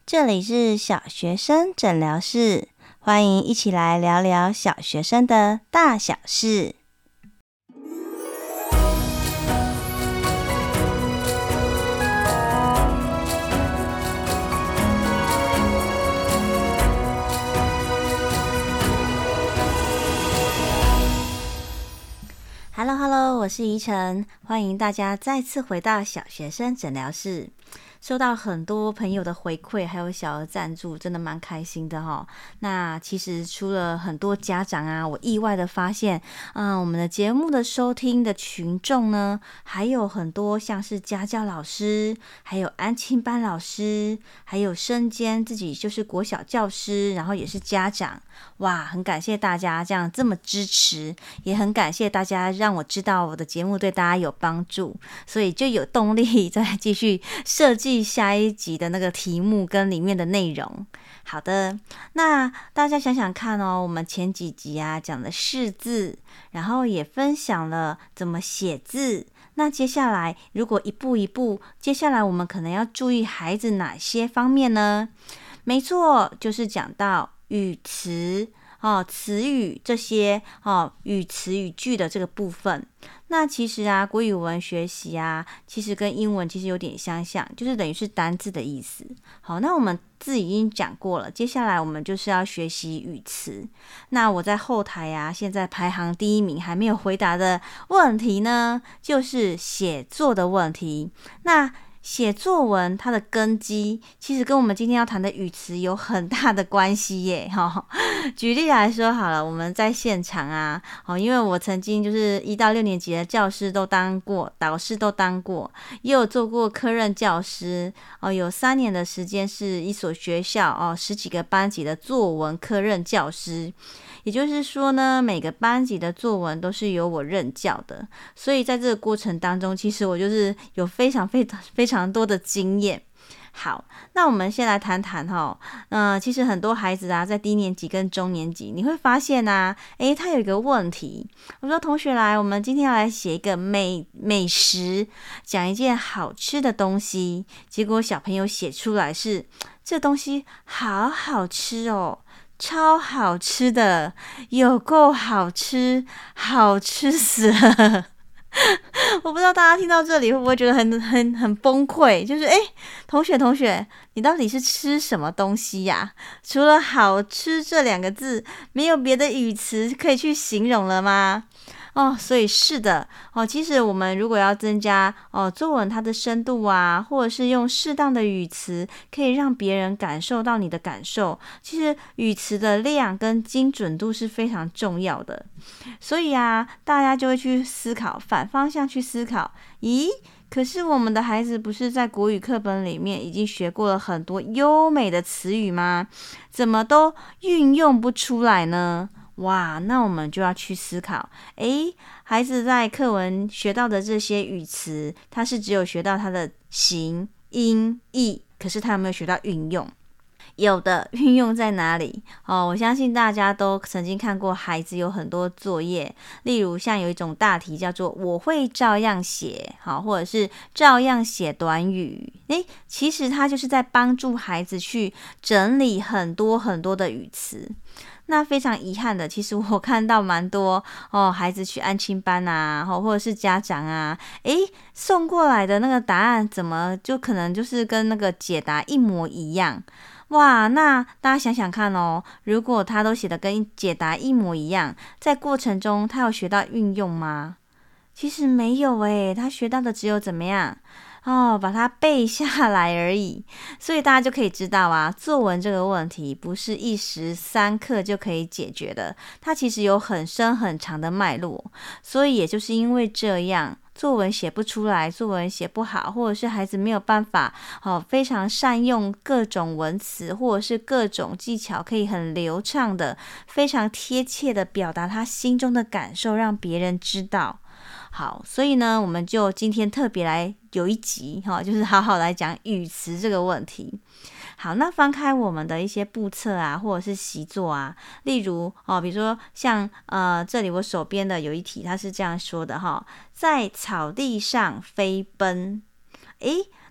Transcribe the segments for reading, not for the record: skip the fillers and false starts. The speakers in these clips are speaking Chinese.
这里是小学生诊疗室，欢迎一起来聊聊小学生的大小事。Hello， 我是怡晨，欢迎大家再次回到小学生诊疗室。收到很多朋友的回馈，还有小额赞助，真的蛮开心的齁。那其实除了很多家长啊，我意外的发现，我们的节目的收听的群众呢，还有很多像是家教老师，还有安亲班老师，还有身兼自己就是国小教师，然后也是家长。哇，很感谢大家这样这么支持，也很感谢大家让我知道我的节目对大家有帮助，所以就有动力再继续设计下一集的那个题目跟里面的内容。好的，那大家想想看哦，我们前几集啊讲的识字，然后也分享了怎么写字。那接下来如果一步一步，接下来我们可能要注意孩子哪些方面呢？没错，就是讲到语词词语这些语词语句的这个部分。那其实啊，国语文学习啊，其实跟英文其实有点相像，就是等于是单字的意思。好，那我们字已经讲过了，接下来我们就是要学习语词。那我在后台啊，现在排行第1名还没有回答的问题呢，就是写作的问题。那写作文它的根基其实跟我们今天要谈的语词有很大的关系耶。举例来说好了，我们在现场啊，因为我曾经就是1到6年级的教师都当过，导师都当过，也有做过科任教师有3年的时间是一所学校10几个班级的作文科任教师。也就是说呢，每个班级的作文都是由我任教的，所以在这个过程当中，其实我就是有非常多的经验。好，那我们先来谈谈其实很多孩子啊，在低年级跟中年级，你会发现啊，他有一个问题。我说同学来，我们今天要来写一个美食，讲一件好吃的东西，结果小朋友写出来是这东西好好吃哦。超好吃的，有够好吃，好吃死了！我不知道大家听到这里会不会觉得很崩溃？就是同学，你到底是吃什么东西呀？除了好吃这2个字，没有别的语词可以去形容了吗？所以是的其实我们如果要增加作文它的深度啊，或者是用适当的语词，可以让别人感受到你的感受，其实语词的量跟精准度是非常重要的。所以啊，大家就会去思考，反方向去思考，可是我们的孩子不是在国语课本里面已经学过了很多优美的词语吗？怎么都运用不出来呢？哇，那我们就要去思考，孩子在课文学到的这些语词，他是只有学到他的形、音、义，可是他有没有学到运用？有的，运用在哪里？我相信大家都曾经看过孩子有很多作业，例如像有一种大题叫做我会照样写，或者是照样写短语。其实他就是在帮助孩子去整理很多的语词。那非常遗憾的，其实我看到蛮多孩子去安亲班啊，或者是家长啊，送过来的那个答案怎么就可能就是跟那个解答一模一样？哇，那大家想想看如果他都写的跟解答一模一样，在过程中他有学到运用吗？其实没有他学到的只有怎么样？把它背下来而已。所以大家就可以知道啊，作文这个问题不是一时3刻就可以解决的，它其实有很深很长的脉络。所以也就是因为这样，作文写不出来，作文写不好，或者是孩子没有办法非常善用各种文词，或者是各种技巧，可以很流畅的非常贴切的表达他心中的感受，让别人知道。好，所以呢，我们就今天特别来有一集就是好好来讲语词这个问题。好，那翻开我们的一些簿册啊，或者是习作啊，例如比如说像这里我手边的有一题，它是这样说的在草地上飞奔。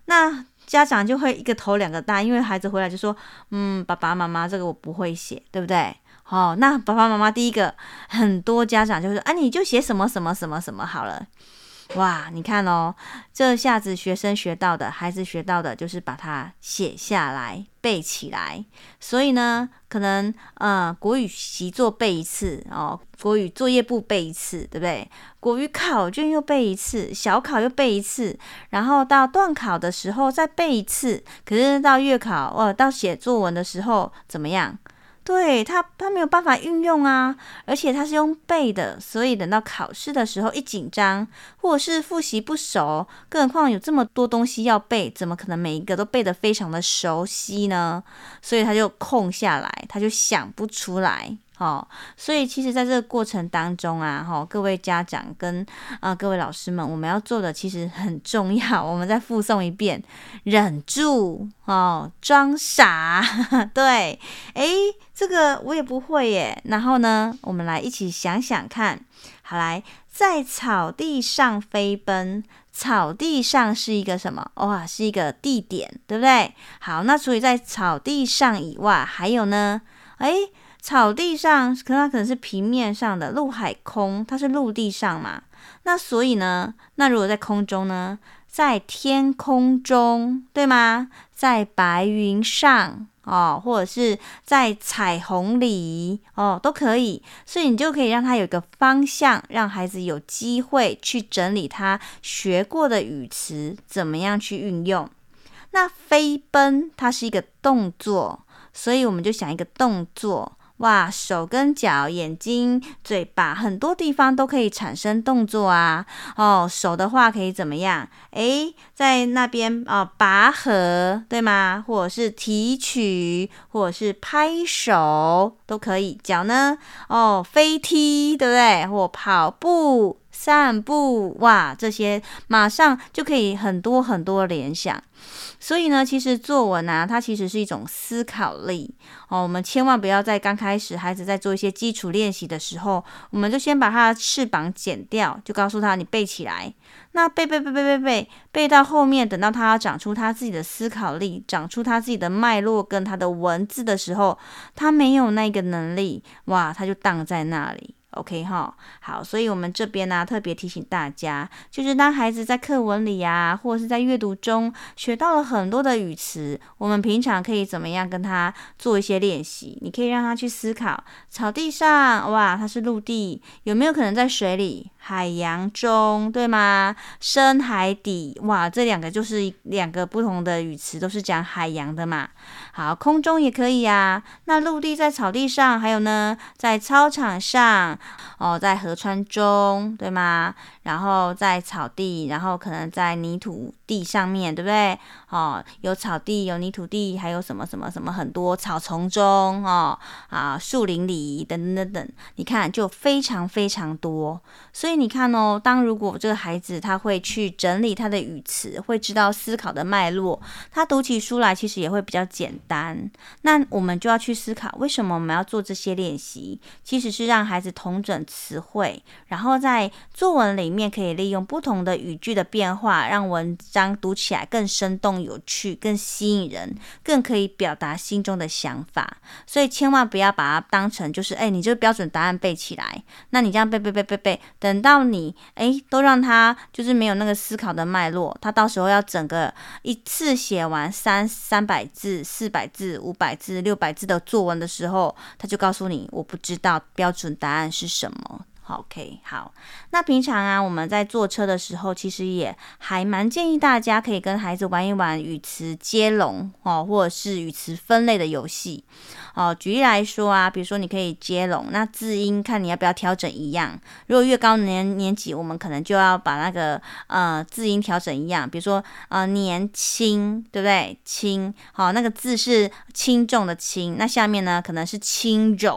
那家长就会一个头两个大，因为孩子回来就说，爸爸妈妈这个我不会写，对不对？那爸爸妈妈第一个，很多家长就会说，你就写什么什么什么什么好了。哇，你看哦，这下子学生学到的，孩子学到的，就是把它写下来，背起来。所以呢，可能国语习作背一次哦，国语作业簿背一次，对不对？国语考卷又背一次，小考又背一次，然后到段考的时候再背一次。可是到月考，到写作文的时候怎么样？对，他没有办法运用啊，而且他是用背的，所以等到考试的时候一紧张，或者是复习不熟，更何况有这么多东西要背，怎么可能每一个都背得非常的熟悉呢？所以他就空下来，他就想不出来。所以其实在这个过程当中啊，各位家长跟各位老师们，我们要做的其实很重要。我们再复诵一遍，忍住装傻。对，这个我也不会耶。然后呢，我们来一起想想看。好，来，在草地上飞奔。草地上是一个什么？是一个地点，对不对？好，那所以在草地上以外，还有呢？草地上，它可能是平面上的，陆海空，它是陆地上嘛。那所以呢，那如果在空中呢？在天空中，对吗？在白云上或者是在彩虹里都可以。所以你就可以让他有一个方向，让孩子有机会去整理他学过的语词，怎么样去运用。那飞奔，它是一个动作，所以我们就想一个动作。哇，手跟脚、眼睛、嘴巴，很多地方都可以产生动作啊。手的话可以怎么样？在那边拔河，对吗？或者是提取，或者是拍手都可以。脚呢？飞踢，对不对？或跑步、散步，哇，这些马上就可以很多很多联想。所以呢，其实作文它其实是一种思考力我们千万不要在刚开始孩子在做一些基础练习的时候，我们就先把他的翅膀剪掉，就告诉他你背起来。那背到后面，等到他要长出他自己的思考力，长出他自己的脉络跟他的文字的时候，他没有那个能力，哇，他就荡在那里。OK 好，所以我们这边特别提醒大家，就是当孩子在课文里或者是在阅读中学到了很多的语词，我们平常可以怎么样跟他做一些练习？你可以让他去思考，草地上，哇，它是陆地，有没有可能在水里？海洋中，对吗？深海底，哇，这两个就是两个不同的语词，都是讲海洋的嘛。好，空中也可以那陆地在草地上，还有呢，在操场上，在河川中，对吗？然后在草地，然后可能在泥土地上面，对不对？有草地，有泥土地，还有什么什么什么很多草丛中树林里等等等等，你看就非常非常多。所以你看当如果这个孩子他会去整理他的语词，会知道思考的脉络，他读起书来其实也会比较简单。那我们就要去思考，为什么我们要做这些练习？其实是让孩子统整词汇，然后在作文里面可以利用不同的语句的变化，让文章读起来更生动有趣，更吸引人，更可以表达心中的想法。所以千万不要把它当成就是你这个标准答案背起来，那你这样背，等到你都让他就是没有那个思考的脉络，他到时候要整个一次写完300字、400字、500字、600字的作文的时候，他就告诉你我不知道标准答案是什么。OK， 好，那平常我们在坐车的时候，其实也还蛮建议大家可以跟孩子玩一玩语词接龙或者是语词分类的游戏举例来说比如说你可以接龙，那字音看你要不要调整一样。如果越高年级，我们可能就要把那个字音调整一样。比如说年轻，对不对？轻，那个字是轻重的轻，那下面呢可能是轻柔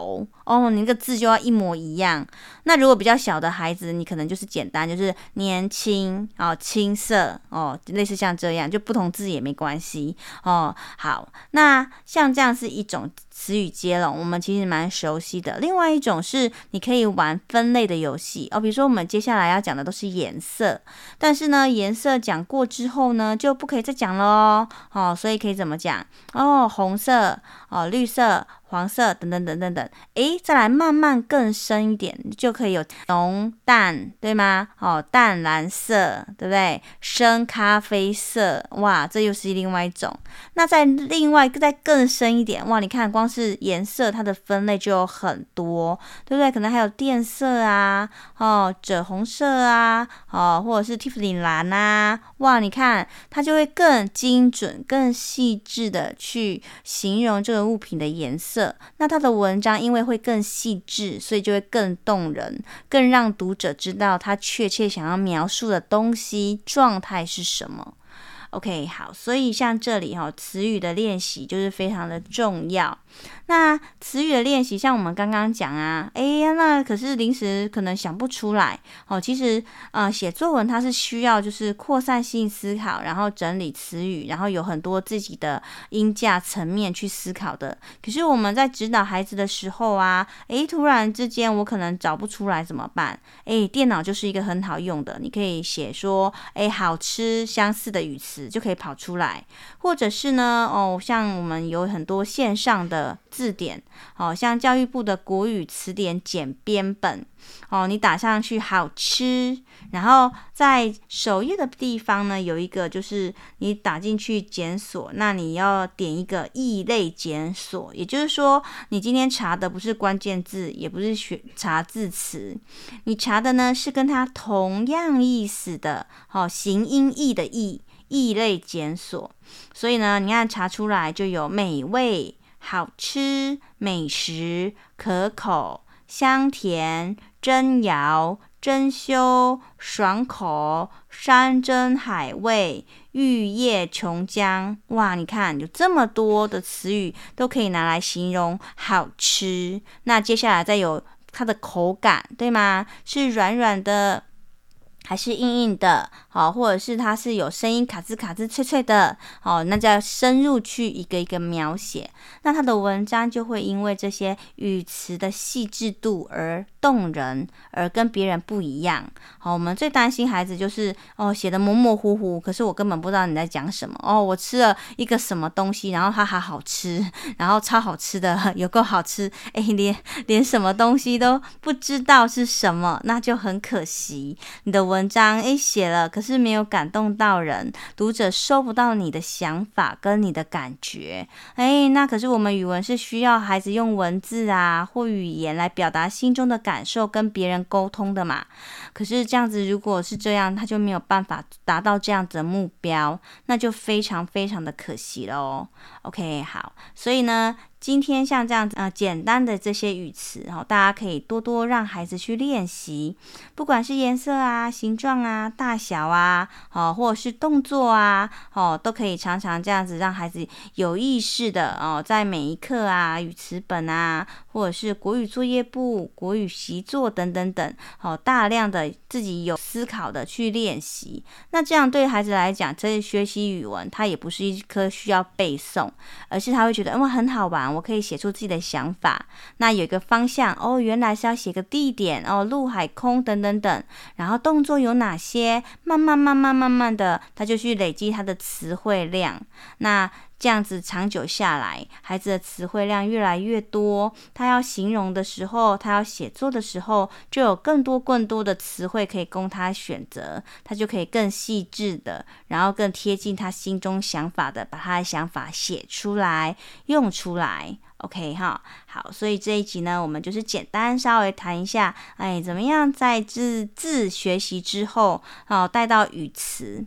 你那个字就要一模一样。那如果比较小的孩子，你可能就是简单，就是年轻青涩类似像这样，就不同字也没关系好，那像这样是一种词语接龙，我们其实蛮熟悉的。另外一种是你可以玩分类的游戏比如说我们接下来要讲的都是颜色，但是呢颜色讲过之后呢就不可以再讲了所以可以怎么讲红色绿色黄色等等等等等，再来慢慢更深一点，就可以有浓淡，对吗？淡蓝色，对不对？深咖啡色，哇，这又是另外一种。那再另外再更深一点，哇，你看光是颜色它的分类就有很多，对不对？可能还有靛色啊，赭红色啊，或者是 Tiffany 蓝啊，哇，你看它就会更精准、更细致的去形容这个物品的颜色。那他的文章因为会更细致，所以就会更动人，更让读者知道他确切想要描述的东西状态是什么。OK， 好，所以像这里词语的练习就是非常的重要。那词语的练习，像我们刚刚讲那可是临时可能想不出来其实写作文它是需要就是扩散性思考，然后整理词语，然后有很多自己的音架层面去思考的。可是我们在指导孩子的时候突然之间我可能找不出来怎么办？电脑就是一个很好用的，你可以写说好吃相似的语词就可以跑出来，或者是呢像我们有很多线上的字典像教育部的国语词典简编本你打上去好吃，然后在首页的地方呢有一个就是你打进去检索，那你要点一个异类检索，也就是说你今天查的不是关键字，也不是查字词，你查的呢是跟它同样意思的形音义的异类检索。所以呢你看查出来就有美味、好吃、美食、可口、香甜、珍肴、珍馐、爽口、山珍海味、玉叶琼浆。哇，你看有这么多的词语都可以拿来形容好吃。那接下来再有它的口感，对吗？是软软的还是硬硬的或者是它是有声音卡吱卡吱脆脆的那就要深入去一个一个描写，那它的文章就会因为这些语词的细致度而动人，而跟别人不一样我们最担心孩子就是写得模模糊糊，可是我根本不知道你在讲什么我吃了一个什么东西，然后它还好吃，然后超好吃的，有够好吃连什么东西都不知道是什么，那就很可惜。你的文章写了，可是没有感动到人，读者收不到你的想法跟你的感觉那可是我们语文是需要孩子用文字或语言来表达心中的感受，跟别人沟通的嘛。可是这样子如果是这样，他就没有办法达到这样子的目标，那就非常非常的可惜了OK， 好，所以呢今天像这样简单的这些语词大家可以多多让孩子去练习，不管是颜色形状大小或者是动作都可以常常这样子让孩子有意识的在每一课语词本或者是国语作业簿、国语习作等等等大量的自己有思考的去练习。那这样对孩子来讲，这学习语文它也不是一科需要背诵，而是他会觉得哇很好玩，我可以写出自己的想法，那有一个方向原来是要写个地点陆海空等等等，然后动作有哪些，慢慢的他就去累积他的词汇量。那这样子长久下来，孩子的词汇量越来越多，他要形容的时候，他要写作的时候，就有更多的词汇可以供他选择，他就可以更细致的，然后更贴近他心中想法的，把他的想法写出来用出来。OK 好，所以这一集呢，我们就是简单稍微谈一下怎么样在字学习之后带到语词。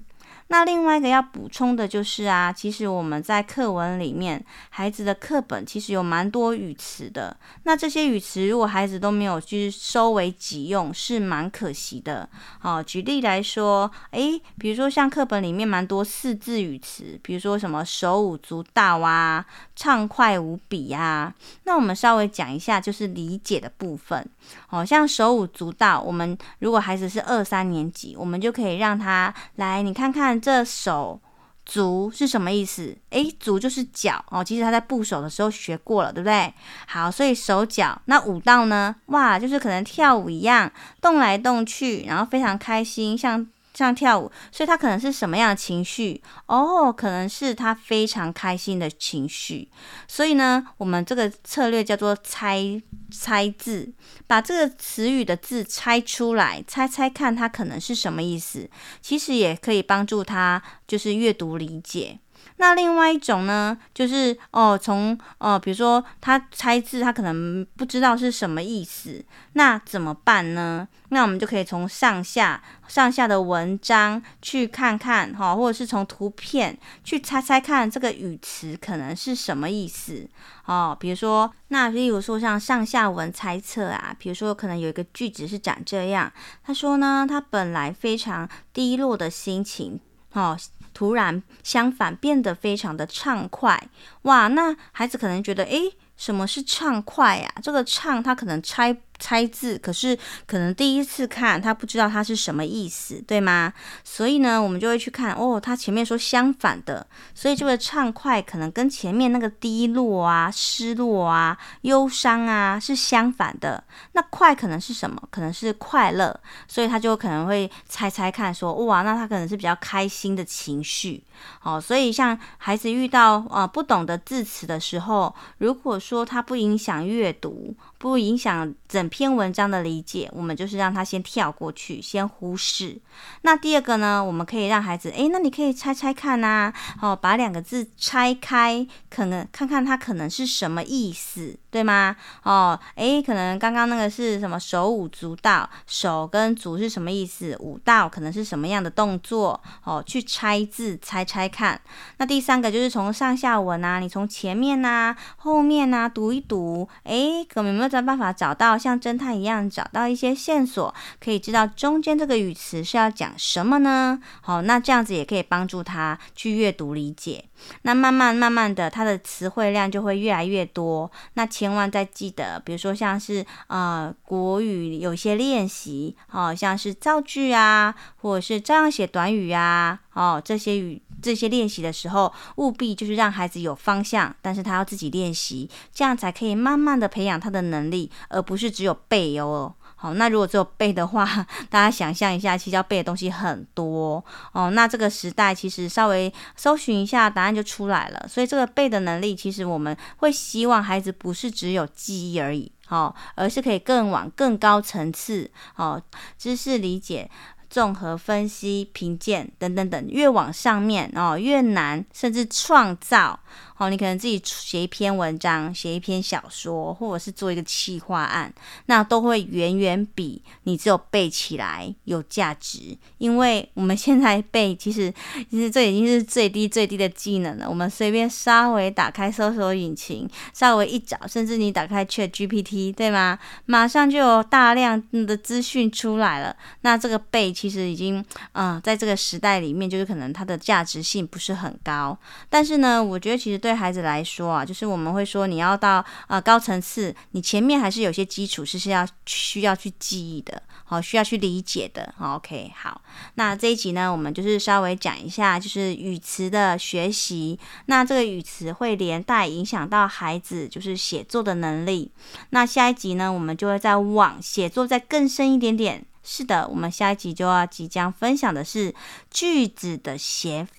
那另外一个要补充的就是啊，其实我们在课文里面，孩子的课本其实有蛮多语词的。那这些语词如果孩子都没有去收为己用，是蛮可惜的。举例来说，比如说像课本里面蛮多四字语词，比如说什么手舞足蹈啊，畅快无比啊。那我们稍微讲一下就是理解的部分。像手舞足蹈，我们如果孩子是2、3年级，我们就可以让他来，你看看这手足是什么意思？足就是脚其实他在部首的时候学过了，对不对？好，所以手脚。那舞蹈呢？哇，就是可能跳舞一样，动来动去，然后非常开心，像跳舞，所以他可能是什么样的情绪？可能是他非常开心的情绪。所以呢，我们这个策略叫做猜字，把这个词语的字猜出来，猜猜看它可能是什么意思。其实也可以帮助他就是阅读理解。那另外一种呢，就是比如说他猜字，他可能不知道是什么意思，那怎么办呢？那我们就可以从上下的文章去看看或者是从图片去猜猜看这个语词可能是什么意思比如说像上下文猜测啊，比如说可能有一个句子是长这样，他说呢，他本来非常低落的心情突然相反变得非常的畅快。哇，那孩子可能觉得什么是畅快啊？这个畅他可能猜字，可是可能第一次看他不知道它是什么意思，对吗？所以呢，我们就会去看他前面说相反的，所以这个畅快可能跟前面那个低落啊、失落啊、忧伤啊是相反的。那快可能是什么？可能是快乐，所以他就可能会猜猜看说，哇，那他可能是比较开心的情绪。所以像孩子遇到不懂的字词的时候，如果说他不影响阅读，不影响整篇文章的理解，我们就是让他先跳过去，先忽视。那第二个呢，我们可以让孩子那你可以猜猜看啊，把2个字拆开，可能看看它可能是什么意思，对吗？可能刚刚那个是什么手舞足蹈，手跟足是什么意思？舞蹈可能是什么样的动作？去拆字猜猜看。那第3个就是从上下文啊，你从前面啊、后面啊读一读，有没有办法找到像侦探一样找到一些线索，可以知道中间这个语词是要讲什么呢？那这样子也可以帮助他去阅读理解。那慢慢的，他的词汇量就会越来越多。那千万再记得，比如说像是国语有些练习像是造句啊，或者是这样写短语啊，这些练习的时候，务必就是让孩子有方向，但是他要自己练习，这样才可以慢慢的培养他的能力，而不是只有背好，那如果只有背的话，大家想象一下，其实要背的东西很多那这个时代其实稍微搜寻一下答案就出来了。所以这个背的能力，其实我们会希望孩子不是只有记忆而已而是可以往更高层次知识理解、综合分析、评鉴等等等，越往上面越难，甚至创造你可能自己写一篇文章，写一篇小说，或者是做一个企划案，那都会远比你只有背起来有价值。因为我们现在背，其实这已经是最低的技能了。我们随便稍微打开搜索引擎，稍微一找，甚至你打开 ChatGPT， 对吗？马上就有大量的资讯出来了。那这个背其实已经在这个时代里面，就是可能它的价值性不是很高。但是呢，我觉得其实对孩子来说就是我们会说你要到高层次，你前面还是有些基础是需要去记忆的，需要去理解的。OK， 好，那这一集呢，我们就是稍微讲一下就是语词的学习。那这个语词会连带影响到孩子就是写作的能力。那下一集呢，我们就会再往写作再更深一点点。是的，我们下一集即将分享的是句子的写法，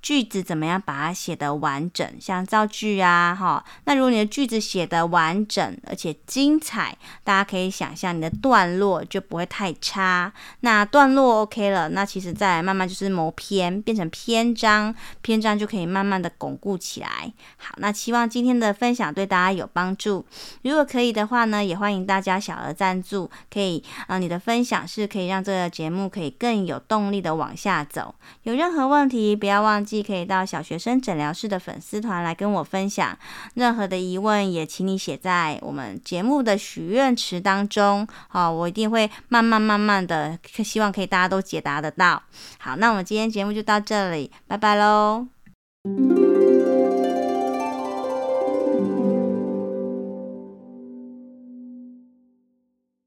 句子怎么样把它写得完整，像造句啊，那如果你的句子写得完整而且精彩，大家可以想象你的段落就不会太差。那段落 OK 了，那其实再来慢慢就是谋篇，变成篇章，篇章就可以慢慢的巩固起来。好，那希望今天的分享对大家有帮助。如果可以的话呢，也欢迎大家小额赞助，可以你的分享是可以让这个节目可以更有动力的往下走。有任何问题不要忘记可以到小学生诊疗室的粉丝团来跟我分享，任何的疑问也请你写在我们节目的许愿池当中，我一定会慢慢的，希望可以大家都解答得到。好，那我们今天节目就到这里，拜拜咯。